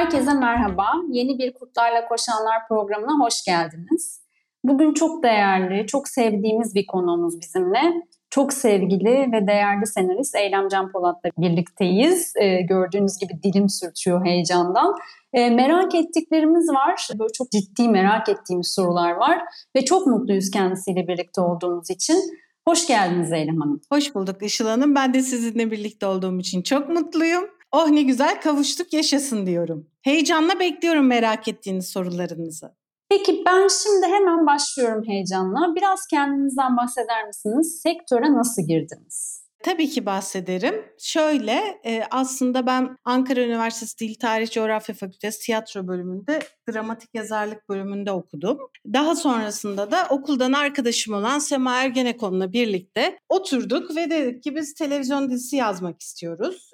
Herkese merhaba. Yeni bir Kurtlarla Koşanlar programına hoş geldiniz. Bugün çok değerli, çok sevdiğimiz bir konuğumuz bizimle. Çok sevgili ve değerli senarist Eylem Can Polat'la birlikteyiz. Gördüğünüz gibi dilim sürtüyor heyecandan. Merak ettiklerimiz var. Böyle çok ciddi merak ettiğimiz sorular var. Ve çok mutluyuz kendisiyle birlikte olduğumuz için. Hoş geldiniz Eylem Hanım. Hoş bulduk Işıl Hanım. Ben de sizinle birlikte olduğum için çok mutluyum. Oh ne güzel kavuştuk yaşasın diyorum. Heyecanla bekliyorum merak ettiğiniz sorularınızı. Peki ben şimdi hemen başlıyorum heyecanla. Biraz kendinizden bahseder misiniz? Sektöre nasıl girdiniz? Tabii ki bahsederim. Şöyle aslında ben Ankara Üniversitesi Dil Tarih Coğrafya Fakültesi Tiyatro bölümünde dramatik yazarlık bölümünde okudum. Daha sonrasında da okuldan arkadaşım olan Sema Ergenekon'la birlikte oturduk ve dedik ki biz televizyon dizisi yazmak istiyoruz.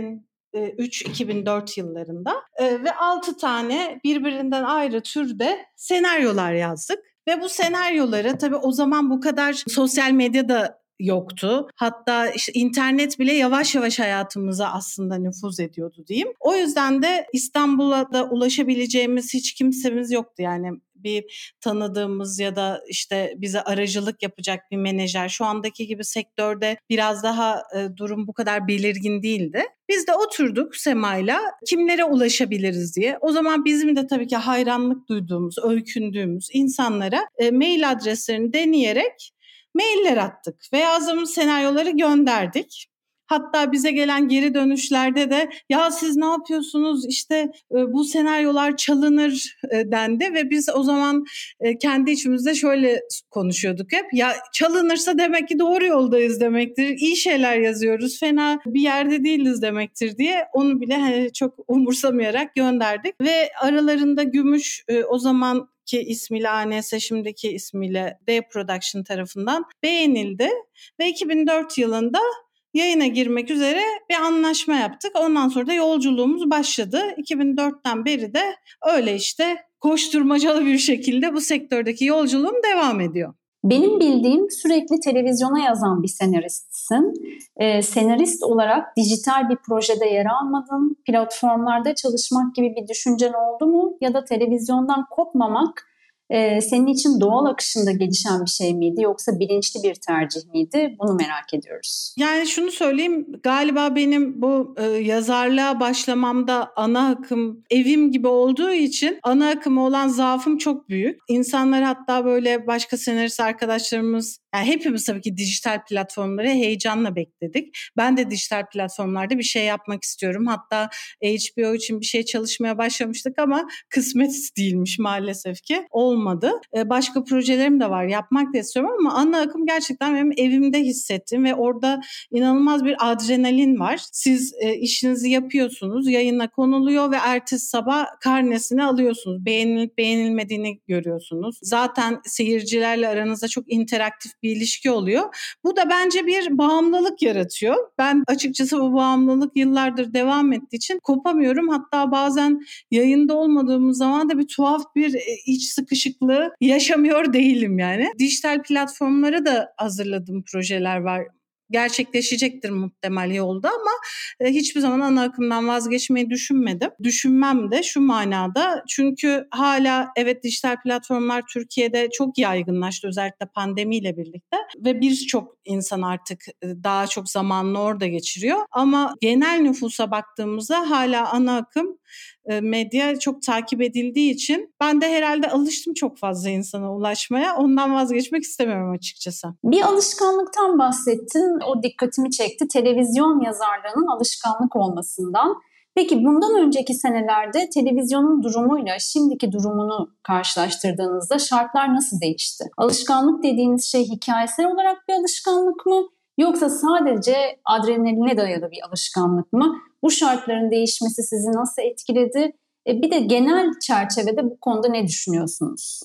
2003-2004 yıllarında ve 6 tane birbirinden ayrı türde senaryolar yazdık. Ve bu senaryoları tabii o zaman bu kadar sosyal medyada yoktu. Hatta işte internet bile yavaş yavaş hayatımıza aslında nüfuz ediyordu diyeyim. O yüzden de İstanbul'a da ulaşabileceğimiz hiç kimsemiz yoktu yani. Bir tanıdığımız ya da işte bize aracılık yapacak bir menajer. Şu andaki gibi sektörde biraz daha durum bu kadar belirgin değildi. Biz de oturduk Sema'yla kimlere ulaşabiliriz diye. O zaman bizim de tabii ki hayranlık duyduğumuz, öykündüğümüz insanlara mail adreslerini deneyerek mailler attık ve yazdığımız senaryoları gönderdik. Hatta bize gelen geri dönüşlerde de ya siz ne yapıyorsunuz işte bu senaryolar çalınır dendi ve biz o zaman kendi içimizde şöyle konuşuyorduk hep. Ya çalınırsa demek ki doğru yoldayız demektir. İyi şeyler yazıyoruz, fena bir yerde değiliz demektir diye onu bile hani çok umursamayarak gönderdik. Ve aralarında Gümüş o zaman ki ismiyle ANS şimdiki ismiyle D Production tarafından beğenildi ve 2004 yılında yayına girmek üzere bir anlaşma yaptık. Ondan sonra da yolculuğumuz başladı. 2004'ten beri de öyle işte koşturmacalı bir şekilde bu sektördeki yolculuğum devam ediyor. Benim bildiğim sürekli televizyona yazan bir senaristsin. Senarist olarak dijital bir projede yer almadın. Platformlarda çalışmak gibi bir düşüncen oldu mu? Ya da televizyondan kopmamak senin için doğal akışında gelişen bir şey miydi? Yoksa bilinçli bir tercih miydi? Bunu merak ediyoruz. Yani şunu söyleyeyim, galiba benim bu yazarlığa başlamamda ana akım evim gibi olduğu için ana akımı olan zaafım çok büyük. İnsanlar hatta böyle başka senarist arkadaşlarımız, yani hepimiz tabii ki dijital platformları heyecanla bekledik. Ben de dijital platformlarda bir şey yapmak istiyorum. Hatta HBO için bir şey çalışmaya başlamıştık ama kısmet değilmiş maalesef ki. Olmadı. Başka projelerim de var. Yapmak da istiyorum ama ana akım gerçekten benim evimde hissettim ve orada inanılmaz bir adrenalin var. Siz işinizi yapıyorsunuz, yayına konuluyor ve ertesi sabah karnesini alıyorsunuz. Beğenilip beğenilmediğini görüyorsunuz. Zaten seyircilerle aranızda çok interaktif bir ilişki oluyor. Bu da bence bir bağımlılık yaratıyor. Ben açıkçası bu bağımlılık yıllardır devam ettiği için kopamıyorum. Hatta bazen yayında olmadığımız zaman da bir tuhaf bir iç sıkışıklığı yaşamıyor değilim yani. Dijital platformlara da hazırladığım projeler var. Gerçekleşecektir muhtemel yolda ama hiçbir zaman ana akımdan vazgeçmeyi düşünmedim. Düşünmem de şu manada, çünkü hala evet dijital platformlar Türkiye'de çok yaygınlaştı özellikle pandemiyle birlikte ve birçok insan artık daha çok zamanını orada geçiriyor. Ama genel nüfusa baktığımızda hala ana akım medya çok takip edildiği için ben de herhalde alıştım çok fazla insana ulaşmaya. Ondan vazgeçmek istemiyorum açıkçası. Bir alışkanlıktan bahsettin. O dikkatimi çekti. Televizyon yazarlığının alışkanlık olmasından. Peki bundan önceki senelerde televizyonun durumuyla şimdiki durumunu karşılaştırdığınızda şartlar nasıl değişti? Alışkanlık dediğiniz şey hikayesel olarak bir alışkanlık mı? Yoksa sadece adrenaline dayalı bir alışkanlık mı? Bu şartların değişmesi sizi nasıl etkiledi? Bir de genel çerçevede bu konuda ne düşünüyorsunuz?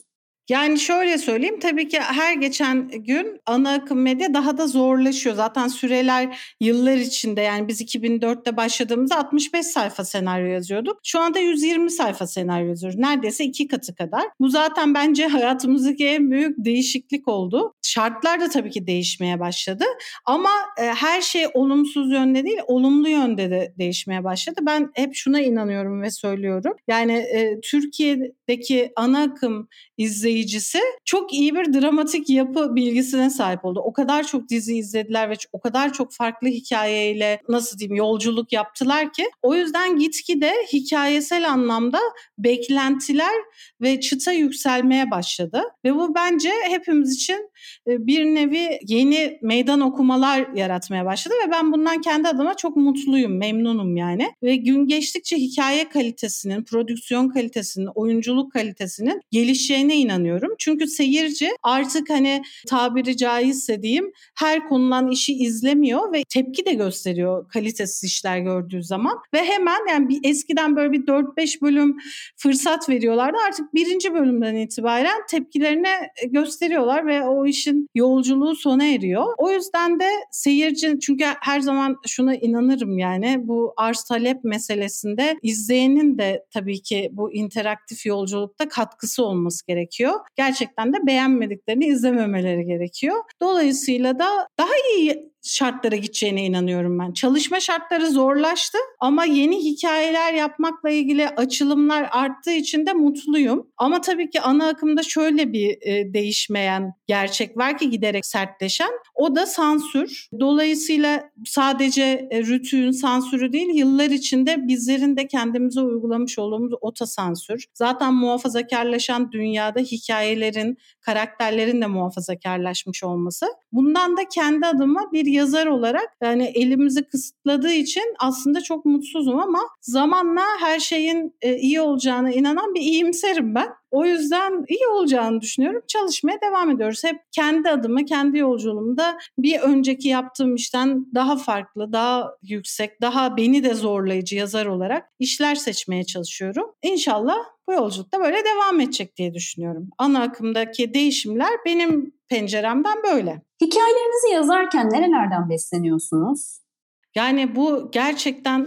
Yani şöyle söyleyeyim, tabii ki her geçen gün ana akım medya daha da zorlaşıyor. Zaten süreler yıllar içinde, yani biz 2004'te başladığımızda 65 sayfa senaryo yazıyorduk. Şu anda 120 sayfa senaryo yazıyoruz. Neredeyse 2 katı kadar. Bu zaten bence hayatımızdaki en büyük değişiklik oldu. Şartlar da tabii ki değişmeye başladı. Ama her şey olumsuz yönde değil, olumlu yönde de değişmeye başladı. Ben hep şuna inanıyorum ve söylüyorum. Yani Türkiye'deki ana akım izleyicisi çok iyi bir dramatik yapı bilgisine sahip oldu. O kadar çok dizi izlediler ve o kadar çok farklı hikayeyle, nasıl diyeyim, yolculuk yaptılar ki o yüzden gitgide hikayesel anlamda beklentiler ve çıta yükselmeye başladı. Ve bu bence hepimiz için bir nevi yeni meydan okumalar yaratmaya başladı ve ben bundan kendi adıma çok mutluyum, memnunum yani. Ve gün geçtikçe hikaye kalitesinin, prodüksiyon kalitesinin, oyunculuk kalitesinin gelişeceğine inanıyorum. Çünkü seyirci artık hani tabiri caizse diyeyim her konulan işi izlemiyor ve tepki de gösteriyor kalitesiz işler gördüğü zaman. Ve hemen, yani eskiden böyle bir 4-5 bölüm fırsat veriyorlardı. Artık 1. bölümden itibaren tepkilerini gösteriyorlar ve o işin yolculuğu sona eriyor. O yüzden de seyirci, çünkü her zaman şuna inanırım, yani bu arz talep meselesinde izleyenin de tabii ki bu interaktif yolculukta katkısı olması gerekiyor. Gerçekten de beğenmediklerini izlememeleri gerekiyor. Dolayısıyla da daha iyi şartlara gideceğine inanıyorum ben. Çalışma şartları zorlaştı ama yeni hikayeler yapmakla ilgili açılımlar arttığı için de mutluyum. Ama tabii ki ana akımda şöyle bir değişmeyen gerçek var ki giderek sertleşen. O da sansür. Dolayısıyla sadece Rütük'ün sansürü değil, yıllar içinde bizlerin de kendimize uygulamış olduğumuz otosansür. Zaten muhafazakarlaşan dünyada hikayelerin, karakterlerin de muhafazakarlaşmış olması. Bundan da kendi adıma bir yazar olarak, yani elimizi kısıtladığı için aslında çok mutsuzum ama zamanla her şeyin iyi olacağına inanan bir iyimserim ben. O yüzden iyi olacağını düşünüyorum. Çalışmaya devam ediyoruz. Hep kendi adıma, kendi yolculuğumda bir önceki yaptığım işten daha farklı, daha yüksek, daha beni de zorlayıcı yazar olarak işler seçmeye çalışıyorum. İnşallah bu yolculukta böyle devam edecek diye düşünüyorum. Ana akımdaki değişimler benim penceremden böyle. Hikayelerinizi yazarken nerelerden besleniyorsunuz? Yani bu gerçekten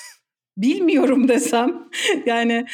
bilmiyorum desem yani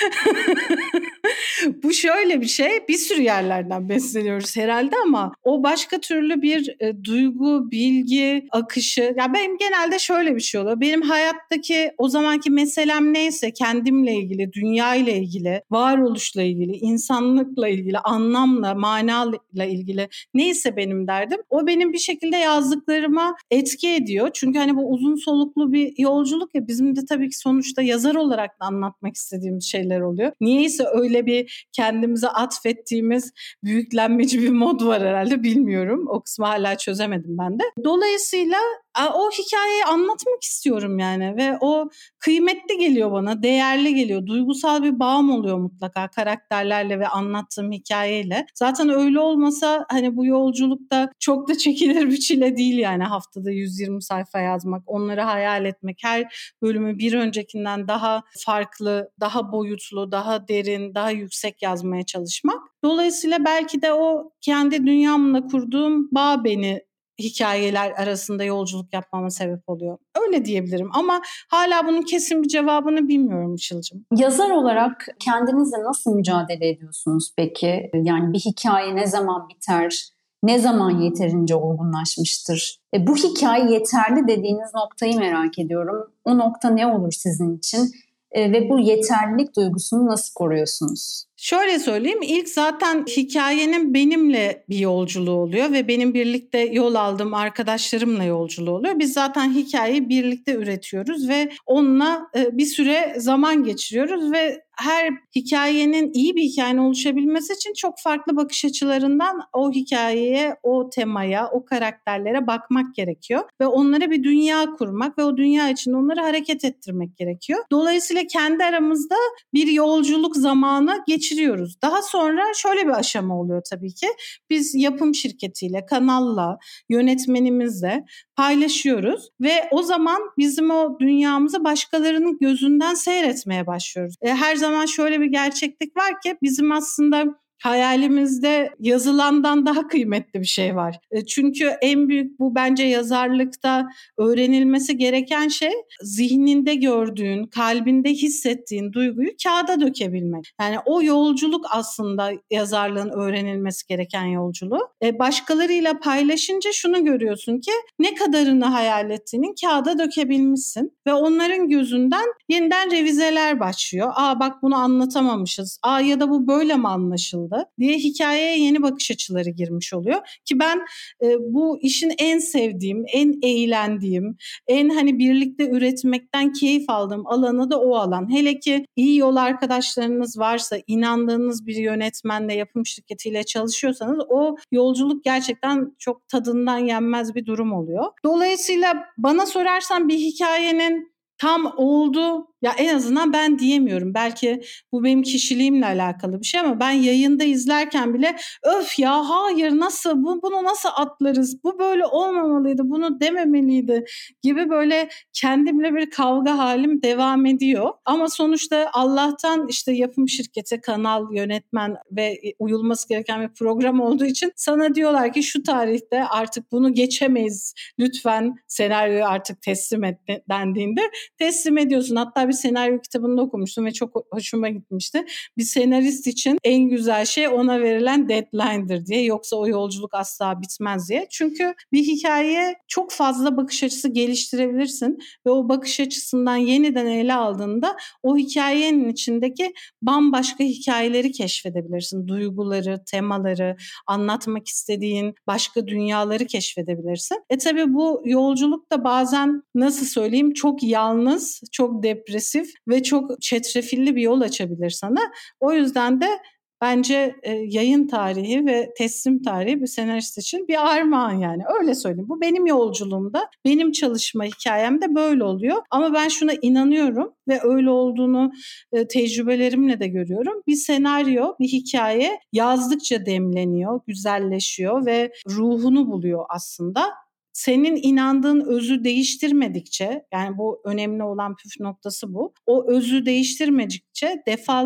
bu şöyle bir şey, bir sürü yerlerden besleniyoruz herhalde ama o başka türlü bir duygu, bilgi akışı. Ya benim genelde şöyle bir şey oluyor. Benim hayattaki o zamanki meselem neyse, kendimle ilgili, dünya ile ilgili, varoluşla ilgili, insanlıkla ilgili, anlamla, manayla ilgili neyse benim derdim, o benim bir şekilde yazdıklarıma etki ediyor. Çünkü hani bu uzun soluklu bir yolculuk ya, bizim de tabii ki sonuçta yazar olarak da anlatmak istediğimiz şeyler oluyor. Niyeyse öyle bir kendimize atfettiğimiz büyüklenmeci bir mod var herhalde, bilmiyorum. O kısmı hala çözemedim ben de. Dolayısıyla o hikayeyi anlatmak istiyorum yani ve o kıymetli geliyor bana, değerli geliyor. Duygusal bir bağım oluyor mutlaka karakterlerle ve anlattığım hikayeyle. Zaten öyle olmasa hani bu yolculukta çok da çekilir bir çile değil yani, haftada 120 sayfa yazmak, onları hayal etmek, her bölümü bir öncekinden daha farklı, daha boyutlu, daha derin, daha yüksek yazmaya çalışmak. Dolayısıyla belki de o kendi dünyamla kurduğum bağ beni hikayeler arasında yolculuk yapmama sebep oluyor. Öyle diyebilirim ama hala bunun kesin bir cevabını bilmiyorum Işıl'cığım. Yazar olarak kendinizle nasıl mücadele ediyorsunuz peki? Yani bir hikaye ne zaman biter? Ne zaman yeterince olgunlaşmıştır? Bu hikaye yeterli dediğiniz noktayı merak ediyorum. O nokta ne olur sizin için? Ve bu yeterlilik duygusunu nasıl koruyorsunuz? Şöyle söyleyeyim, ilk zaten hikayenin benimle bir yolculuğu oluyor ve benim birlikte yol aldığım arkadaşlarımla yolculuğu oluyor. Biz zaten hikayeyi birlikte üretiyoruz ve onunla bir süre zaman geçiriyoruz ve her hikayenin, iyi bir hikayenin oluşabilmesi için çok farklı bakış açılarından o hikayeye, o temaya, o karakterlere bakmak gerekiyor ve onlara bir dünya kurmak ve o dünya için onları hareket ettirmek gerekiyor. Dolayısıyla kendi aramızda bir yolculuk zamanı geçiriyoruz. Daha sonra şöyle bir aşama oluyor tabii ki. Biz yapım şirketiyle, kanalla, yönetmenimizle paylaşıyoruz ve o zaman bizim o dünyamızı başkalarının gözünden seyretmeye başlıyoruz. Her zaman şöyle bir gerçeklik var ki bizim aslında hayalimizde yazılandan daha kıymetli bir şey var. Çünkü en büyük bu bence yazarlıkta öğrenilmesi gereken şey zihninde gördüğün, kalbinde hissettiğin duyguyu kağıda dökebilmek. Yani o yolculuk aslında yazarlığın öğrenilmesi gereken yolculuğu. Başkalarıyla paylaşınca şunu görüyorsun ki ne kadarını hayal ettiğinin kağıda dökebilmişsin ve onların gözünden yeniden revizeler başlıyor. Bak bunu anlatamamışız. Ya da bu böyle mi anlaşıldı diye hikayeye yeni bakış açıları girmiş oluyor. Ki ben bu işin en sevdiğim, en eğlendiğim, en hani birlikte üretmekten keyif aldığım alanı da o alan. Hele ki iyi yol arkadaşlarınız varsa, inandığınız bir yönetmenle, yapım şirketiyle çalışıyorsanız o yolculuk gerçekten çok tadından yenmez bir durum oluyor. Dolayısıyla bana sorarsan bir hikayenin tam oldu ya en azından ben diyemiyorum. Belki bu benim kişiliğimle alakalı bir şey ama ben yayında izlerken bile öf ya hayır nasıl bunu nasıl atlarız, bu böyle olmamalıydı, bunu dememeliydi gibi böyle kendimle bir kavga halim devam ediyor. Ama sonuçta Allah'tan işte yapım şirketi, kanal, yönetmen ve uyulması gereken bir program olduğu için sana diyorlar ki şu tarihte artık bunu geçemeyiz, lütfen senaryoyu artık teslim et dendiğinde teslim ediyorsun. Hatta bir senaryo kitabında okumuştum ve çok hoşuma gitmişti. Bir senarist için en güzel şey ona verilen deadline'dır diye. Yoksa o yolculuk asla bitmez diye. Çünkü bir hikayeye çok fazla bakış açısı geliştirebilirsin ve o bakış açısından yeniden ele aldığında o hikayenin içindeki bambaşka hikayeleri keşfedebilirsin. Duyguları, temaları, anlatmak istediğin başka dünyaları keşfedebilirsin. Tabii bu yolculuk da bazen nasıl söyleyeyim çok yalnız, çok depresif ve çok çetrefilli bir yol açabilir sana. O yüzden de bence yayın tarihi ve teslim tarihi bir senarist için bir armağan yani. Öyle söyleyeyim. Bu benim yolculuğumda, benim çalışma hikayemde böyle oluyor. Ama ben şuna inanıyorum ve öyle olduğunu tecrübelerimle de görüyorum. Bir senaryo, bir hikaye yazdıkça demleniyor, güzelleşiyor ve ruhunu buluyor aslında. Senin inandığın özü değiştirmedikçe, yani bu önemli olan püf noktası bu. O özü değiştirmedikçe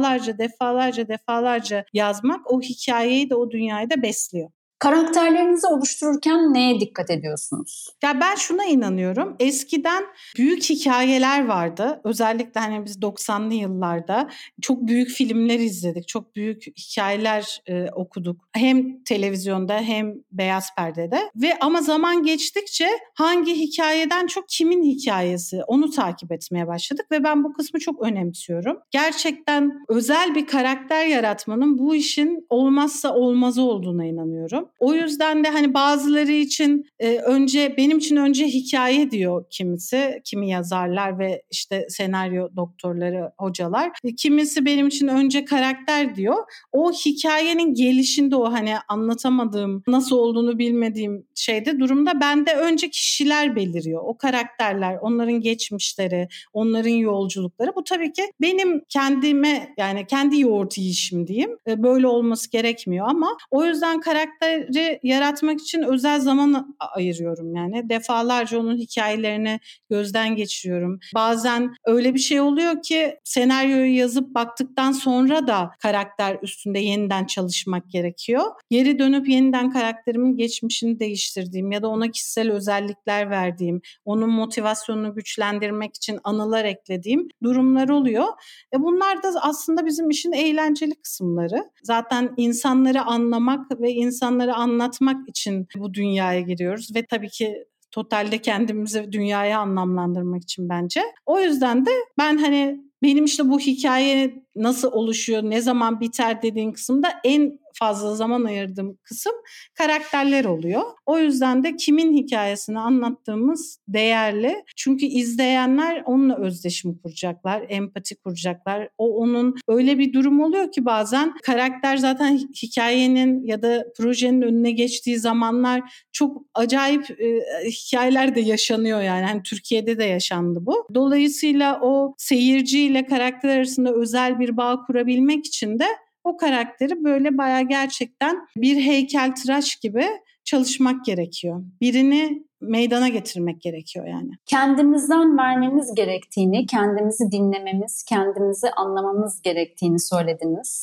defalarca yazmak o hikayeyi de o dünyayı da besliyor. Karakterlerinizi oluştururken neye dikkat ediyorsunuz? Ya ben şuna inanıyorum. Eskiden büyük hikayeler vardı. Özellikle hani biz 90'lı yıllarda çok büyük filmler izledik. Çok büyük hikayeler okuduk. Hem televizyonda hem beyaz perdede. Ama zaman geçtikçe hangi hikayeden çok kimin hikayesi onu takip etmeye başladık ve ben bu kısmı çok önemsiyorum. Gerçekten özel bir karakter yaratmanın bu işin olmazsa olmazı olduğuna inanıyorum. O yüzden de hani bazıları için benim için önce hikaye diyor kimi yazarlar ve işte senaryo doktorları, hocalar. Kimisi benim için önce karakter diyor. O hikayenin gelişinde o hani anlatamadığım, nasıl olduğunu bilmediğim durumda bende önce kişiler beliriyor. O karakterler, onların geçmişleri, onların yolculukları. Bu tabii ki benim kendime yani kendi yoğurt yiyişim diyeyim. Böyle olması gerekmiyor ama o yüzden karakteri yaratmak için özel zaman ayırıyorum yani. Defalarca onun hikayelerini gözden geçiriyorum. Bazen öyle bir şey oluyor ki senaryoyu yazıp baktıktan sonra da karakter üstünde yeniden çalışmak gerekiyor. Geri dönüp yeniden karakterimin geçmişini değiştirdiğim ya da ona kişisel özellikler verdiğim, onun motivasyonunu güçlendirmek için anılar eklediğim durumlar oluyor. Bunlar da aslında bizim işin eğlenceli kısımları. Zaten insanları anlamak ve insanları anlatmak için bu dünyaya giriyoruz ve tabii ki totalde kendimizi dünyaya anlamlandırmak için bence. O yüzden de ben hani benim işte bu hikaye nasıl oluşuyor, ne zaman biter dediğin kısımda en fazla zaman ayırdığım kısım karakterler oluyor. O yüzden de kimin hikayesini anlattığımız değerli. Çünkü izleyenler onunla özdeşim kuracaklar, empati kuracaklar. Onun öyle bir durum oluyor ki bazen karakter zaten hikayenin ya da projenin önüne geçtiği zamanlar çok acayip hikayeler de yaşanıyor yani. Hani Türkiye'de de yaşandı bu. Dolayısıyla o seyirciyle karakter arasında özel bir bağ kurabilmek için de o karakteri böyle bayağı gerçekten bir heykeltıraş gibi çalışmak gerekiyor. Birini meydana getirmek gerekiyor yani. Kendimizden vermemiz gerektiğini, kendimizi dinlememiz, kendimizi anlamamız gerektiğini söylediniz.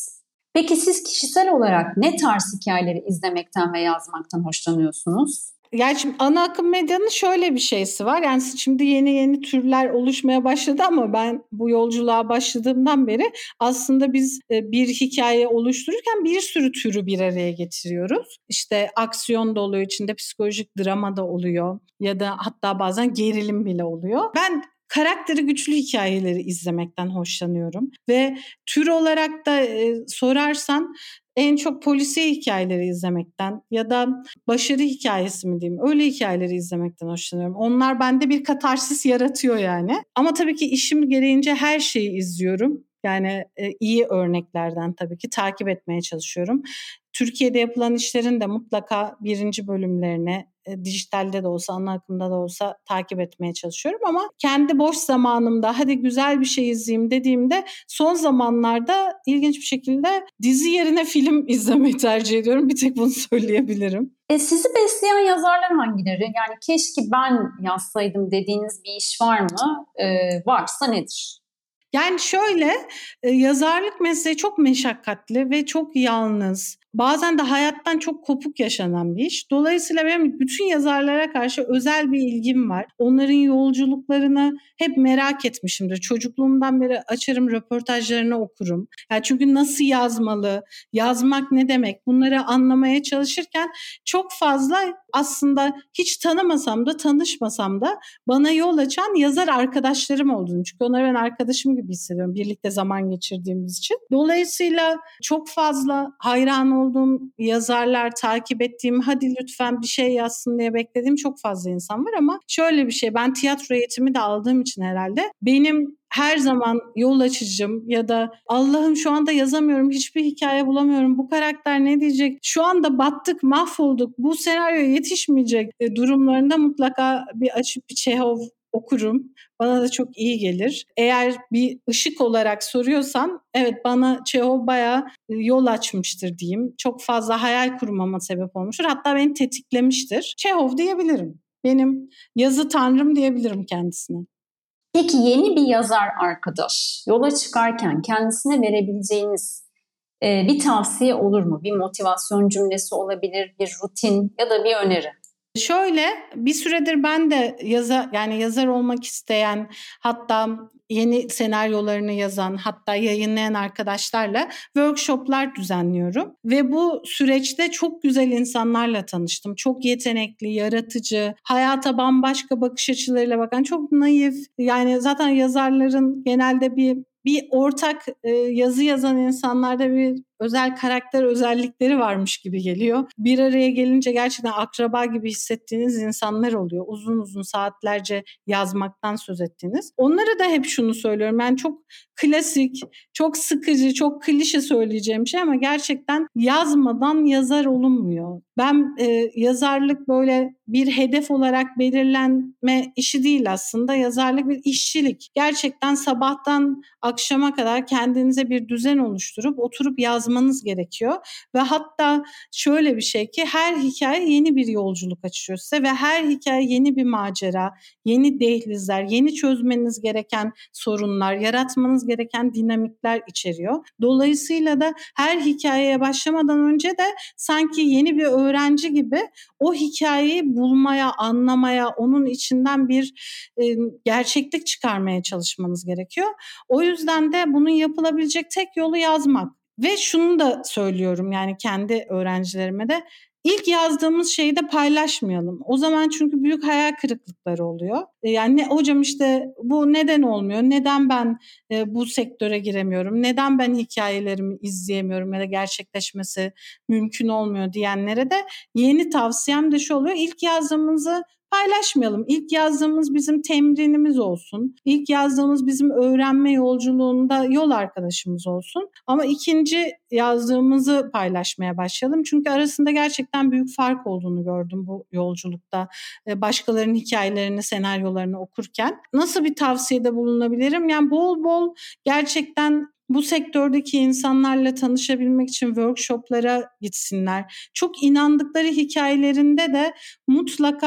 Peki siz kişisel olarak ne tarz hikayeleri izlemekten ve yazmaktan hoşlanıyorsunuz? Yani şimdi ana akım medyanın şöyle bir şeysi var. Yani şimdi yeni türler oluşmaya başladı ama ben bu yolculuğa başladığımdan beri aslında biz bir hikaye oluştururken bir sürü türü bir araya getiriyoruz. İşte aksiyon da oluyor, içinde psikolojik drama da oluyor ya da hatta bazen gerilim bile oluyor. Ben karakteri güçlü hikayeleri izlemekten hoşlanıyorum ve tür olarak da sorarsan en çok polisiye hikayeleri izlemekten ya da başarı hikayesi mi diyeyim, öyle hikayeleri izlemekten hoşlanıyorum. Onlar bende bir katarsis yaratıyor yani. Ama tabii ki işim gereğince her şeyi izliyorum. Yani iyi örneklerden tabii ki takip etmeye çalışıyorum. Türkiye'de yapılan işlerin de mutlaka birinci bölümlerini dijitalde de olsa, ana akımda da olsa takip etmeye çalışıyorum. Ama kendi boş zamanımda hadi güzel bir şey izleyeyim dediğimde son zamanlarda ilginç bir şekilde dizi yerine film izlemeyi tercih ediyorum. Bir tek bunu söyleyebilirim. Sizi besleyen yazarlar hangileri? Yani keşke ben yazsaydım dediğiniz bir iş var mı? Varsa nedir? Yani şöyle, yazarlık mesleği çok meşakkatli ve çok yalnız. Bazen de hayattan çok kopuk yaşanan bir iş. Dolayısıyla benim bütün yazarlara karşı özel bir ilgim var. Onların yolculuklarını hep merak etmişimdir. Çocukluğumdan beri açarım, röportajlarını okurum. Yani çünkü nasıl yazmalı, yazmak ne demek, bunları anlamaya çalışırken çok fazla aslında hiç tanımasam da tanışmasam da bana yol açan yazar arkadaşlarım olduğunu. Çünkü onları ben arkadaşım gibi hissediyorum birlikte zaman geçirdiğimiz için. Dolayısıyla çok fazla hayran olduğum yazarlar, takip ettiğim, hadi lütfen bir şey yazsın diye beklediğim çok fazla insan var ama şöyle bir şey, ben tiyatro eğitimi de aldığım için herhalde benim her zaman yol açıcım ya da Allah'ım şu anda yazamıyorum, hiçbir hikaye bulamıyorum, bu karakter ne diyecek, şu anda battık, mahvolduk, bu senaryo yetişmeyecek durumlarında mutlaka bir açıp bir Çehov okurum. Bana da çok iyi gelir. Eğer bir ışık olarak soruyorsan evet bana Çehov bayağı yol açmıştır diyeyim. Çok fazla hayal kurmama sebep olmuştur. Hatta beni tetiklemiştir. Çehov diyebilirim. Benim yazı tanrım diyebilirim kendisine. Peki yeni bir yazar arkadaş yola çıkarken kendisine verebileceğiniz bir tavsiye olur mu? Bir motivasyon cümlesi olabilir, bir rutin ya da bir öneri. Şöyle, bir süredir ben de yazar olmak isteyen, hatta yeni senaryolarını yazan, hatta yayınlayan arkadaşlarla workshoplar düzenliyorum. Ve bu süreçte çok güzel insanlarla tanıştım. Çok yetenekli, yaratıcı, hayata bambaşka bakış açılarıyla bakan, çok naif. Yani zaten yazarların genelde bir ortak yazı yazan insanlarda bir özel karakter özellikleri varmış gibi geliyor. Bir araya gelince gerçekten akraba gibi hissettiğiniz insanlar oluyor. Uzun uzun saatlerce yazmaktan söz ettiğiniz. Onlara da hep şunu söylüyorum. Yani çok klasik, çok sıkıcı, çok klişe söyleyeceğim şey ama gerçekten yazmadan yazar olunmuyor. Ben yazarlık böyle bir hedef olarak belirlenme işi değil aslında. Yazarlık bir işçilik. Gerçekten sabahtan akşama kadar kendinize bir düzen oluşturup oturup yazmanız gerekiyor. Ve hatta şöyle bir şey ki her hikaye yeni bir yolculuk açıyor size ve her hikaye yeni bir macera, yeni dehlizler, yeni çözmeniz gereken sorunlar, yaratmanız gereken dinamikler içeriyor. Dolayısıyla da her hikayeye başlamadan önce de sanki yeni bir öğrenci gibi o hikayeyi bulmaya, anlamaya, onun içinden bir gerçeklik çıkarmaya çalışmanız gerekiyor. O yüzden de bunun yapılabilecek tek yolu yazmak. Ve şunu da söylüyorum yani kendi öğrencilerime de, İlk yazdığımız şeyi de paylaşmayalım. O zaman çünkü büyük hayal kırıklıkları oluyor. Yani hocam işte bu neden olmuyor? Neden ben bu sektöre giremiyorum? Neden ben hikayelerimi izleyemiyorum ya da gerçekleşmesi mümkün olmuyor diyenlere de yeni tavsiyem de şu oluyor. İlk yazdığımızı paylaşmayalım. İlk yazdığımız bizim temrinimiz olsun. İlk yazdığımız bizim öğrenme yolculuğunda yol arkadaşımız olsun. Ama ikinci yazdığımızı paylaşmaya başlayalım. Çünkü arasında gerçekten büyük fark olduğunu gördüm bu yolculukta. Başkalarının hikayelerini, senaryolarını okurken. Nasıl bir tavsiyede bulunabilirim? Yani bol bol gerçekten bu sektördeki insanlarla tanışabilmek için workshoplara gitsinler. Çok inandıkları hikayelerinde de mutlaka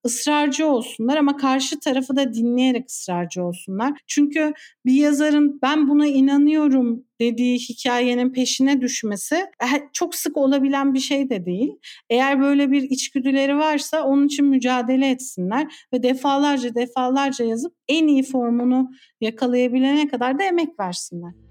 ısrarcı olsunlar ama karşı tarafı da dinleyerek ısrarcı olsunlar. Çünkü bir yazarın ben buna inanıyorum dediği hikayenin peşine düşmesi çok sık olabilen bir şey de değil. Eğer böyle bir içgüdüleri varsa onun için mücadele etsinler ve defalarca yazıp en iyi formunu yakalayabilene kadar da emek versinler.